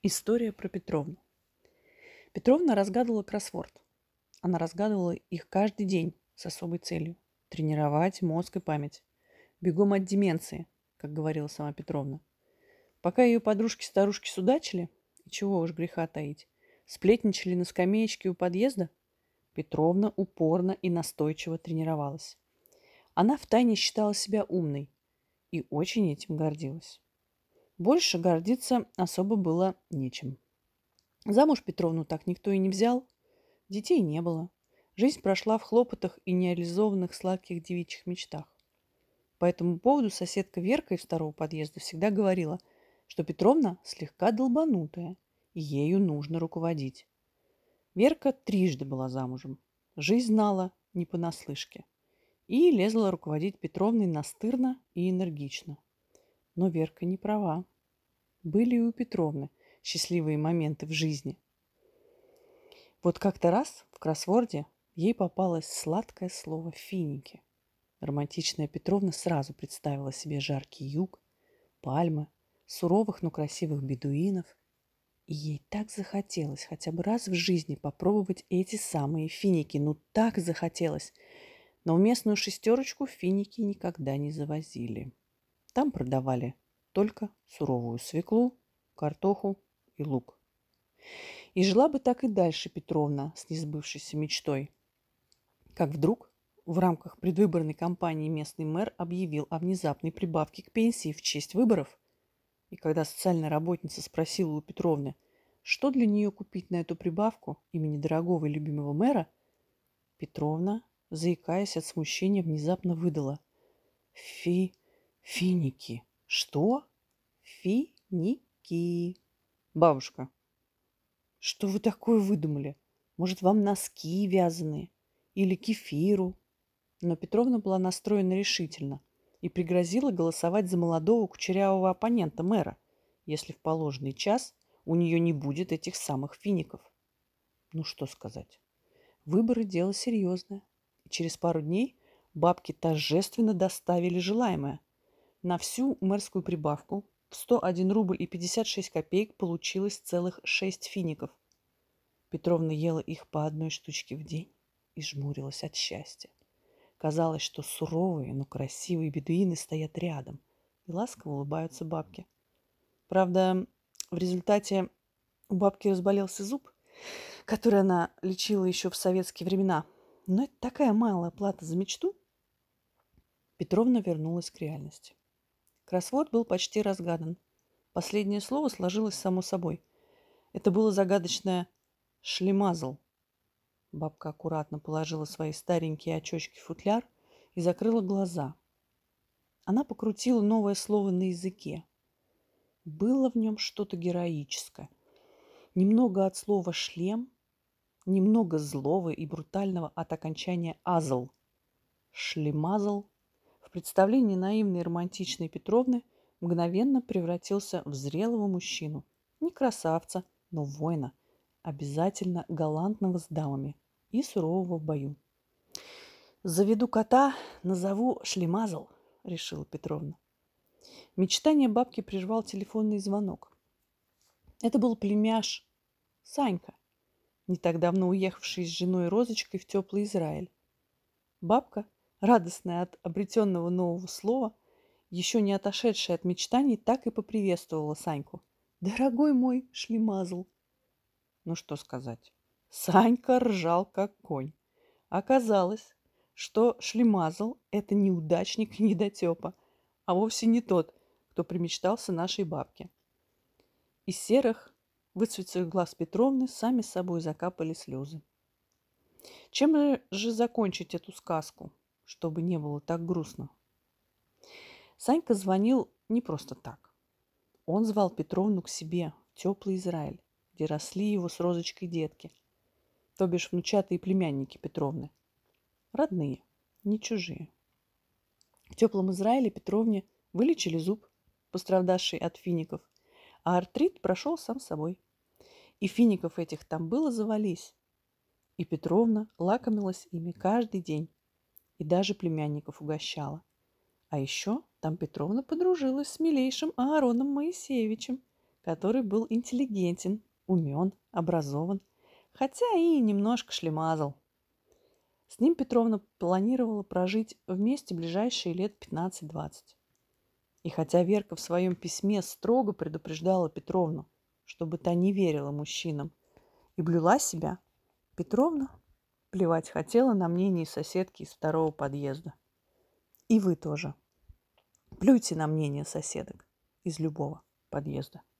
История про Петровну. Петровна разгадывала кроссворд. Она разгадывала их каждый день с особой целью – тренировать мозг и память. Бегом от деменции, как говорила сама Петровна. Пока ее подружки-старушки судачили, и чего уж греха таить, сплетничали на скамеечке у подъезда, Петровна упорно и настойчиво тренировалась. Она втайне считала себя умной и очень этим гордилась. Больше гордиться особо было нечем. Замуж Петровну так никто и не взял, детей не было. Жизнь прошла в хлопотах и нереализованных сладких девичьих мечтах. По этому поводу соседка Верка из второго подъезда всегда говорила, что Петровна слегка долбанутая, и ею нужно руководить. Верка трижды была замужем. Жизнь знала не понаслышке. И лезла руководить Петровной настырно и энергично. Но Верка не права. Были и у Петровны счастливые моменты в жизни. Вот как-то раз в кроссворде ей попалось сладкое слово «финики». Романтичная Петровна сразу представила себе жаркий юг, пальмы, суровых, но красивых бедуинов. И ей так захотелось хотя бы раз в жизни попробовать эти самые финики. Ну так захотелось. Но в местную шестерочку финики никогда не завозили. Там продавали только суровую свеклу, картоху и лук. И жила бы так и дальше Петровна с несбывшейся мечтой. Как вдруг в рамках предвыборной кампании местный мэр объявил о внезапной прибавке к пенсии в честь выборов. И когда социальная работница спросила у Петровны, что для нее купить на эту прибавку имени дорогого и любимого мэра, Петровна, заикаясь от смущения, внезапно выдала: Финики. Что? Финики. Бабушка, что вы такое выдумали? Может, вам носки вязаные? Или кефиру? Но Петровна была настроена решительно и пригрозила голосовать за молодого кучерявого оппонента мэра, если в положенный час у нее не будет этих самых фиников. Ну что сказать. Выборы – дело серьезное. И через пару дней бабки торжественно доставили желаемое. На всю мэрскую прибавку в 101 рубль и 56 копеек получилось целых 6 фиников. Петровна ела их по одной штучке в день и жмурилась от счастья. Казалось, что суровые, но красивые бедуины стоят рядом и ласково улыбаются бабке. Правда, в результате у бабки разболелся зуб, который она лечила еще в советские времена. Но это такая малая плата за мечту. Петровна вернулась к реальности. Кроссворд был почти разгадан. Последнее слово сложилось само собой. Это было загадочное «шлемазл». Бабка аккуратно положила свои старенькие очечки в футляр и закрыла глаза. Она покрутила новое слово на языке. Было в нем что-то героическое. Немного от слова «шлем», немного злого и брутального от окончания «азл». Шлемазл в представлении наивной и романтичной Петровны мгновенно превратился в зрелого мужчину. Не красавца, но воина, обязательно галантного с дамами и сурового в бою. «Заведу кота, назову Шлемазл», — решила Петровна. Мечтание бабки прервал телефонный звонок. Это был племяш Санька, не так давно уехавший с женой Розочкой в теплый Израиль. Бабка, радостная от обретенного нового слова, еще не отошедшая от мечтаний, так и поприветствовала Саньку. «Дорогой мой Шлемазл!» Ну что сказать. Санька ржал, как конь. Оказалось, что Шлемазл – это неудачник и недотепа, а вовсе не тот, кто примечтался нашей бабке. Из серых, выцветших глаз Петровны сами собой закапали слезы. Чем же закончить эту сказку, чтобы не было так грустно? Санька звонил не просто так. Он звал Петровну к себе в теплый Израиль, где росли его с Розочкой детки, то бишь внучатые племянники Петровны. Родные, не чужие. В теплом Израиле Петровне вылечили зуб, пострадавший от фиников, а артрит прошел сам собой. И фиников этих там было завались. И Петровна лакомилась ими каждый день и даже племянников угощала. А еще там Петровна подружилась с милейшим Аароном Моисеевичем, который был интеллигентен, умен, образован, хотя и немножко шлемазал. С ним Петровна планировала прожить вместе ближайшие лет 15-20. И хотя Верка в своем письме строго предупреждала Петровну, чтобы та не верила мужчинам и блюла себя, Петровна плевать хотела на мнение соседки из второго подъезда. И вы тоже. Плюйте на мнение соседок из любого подъезда.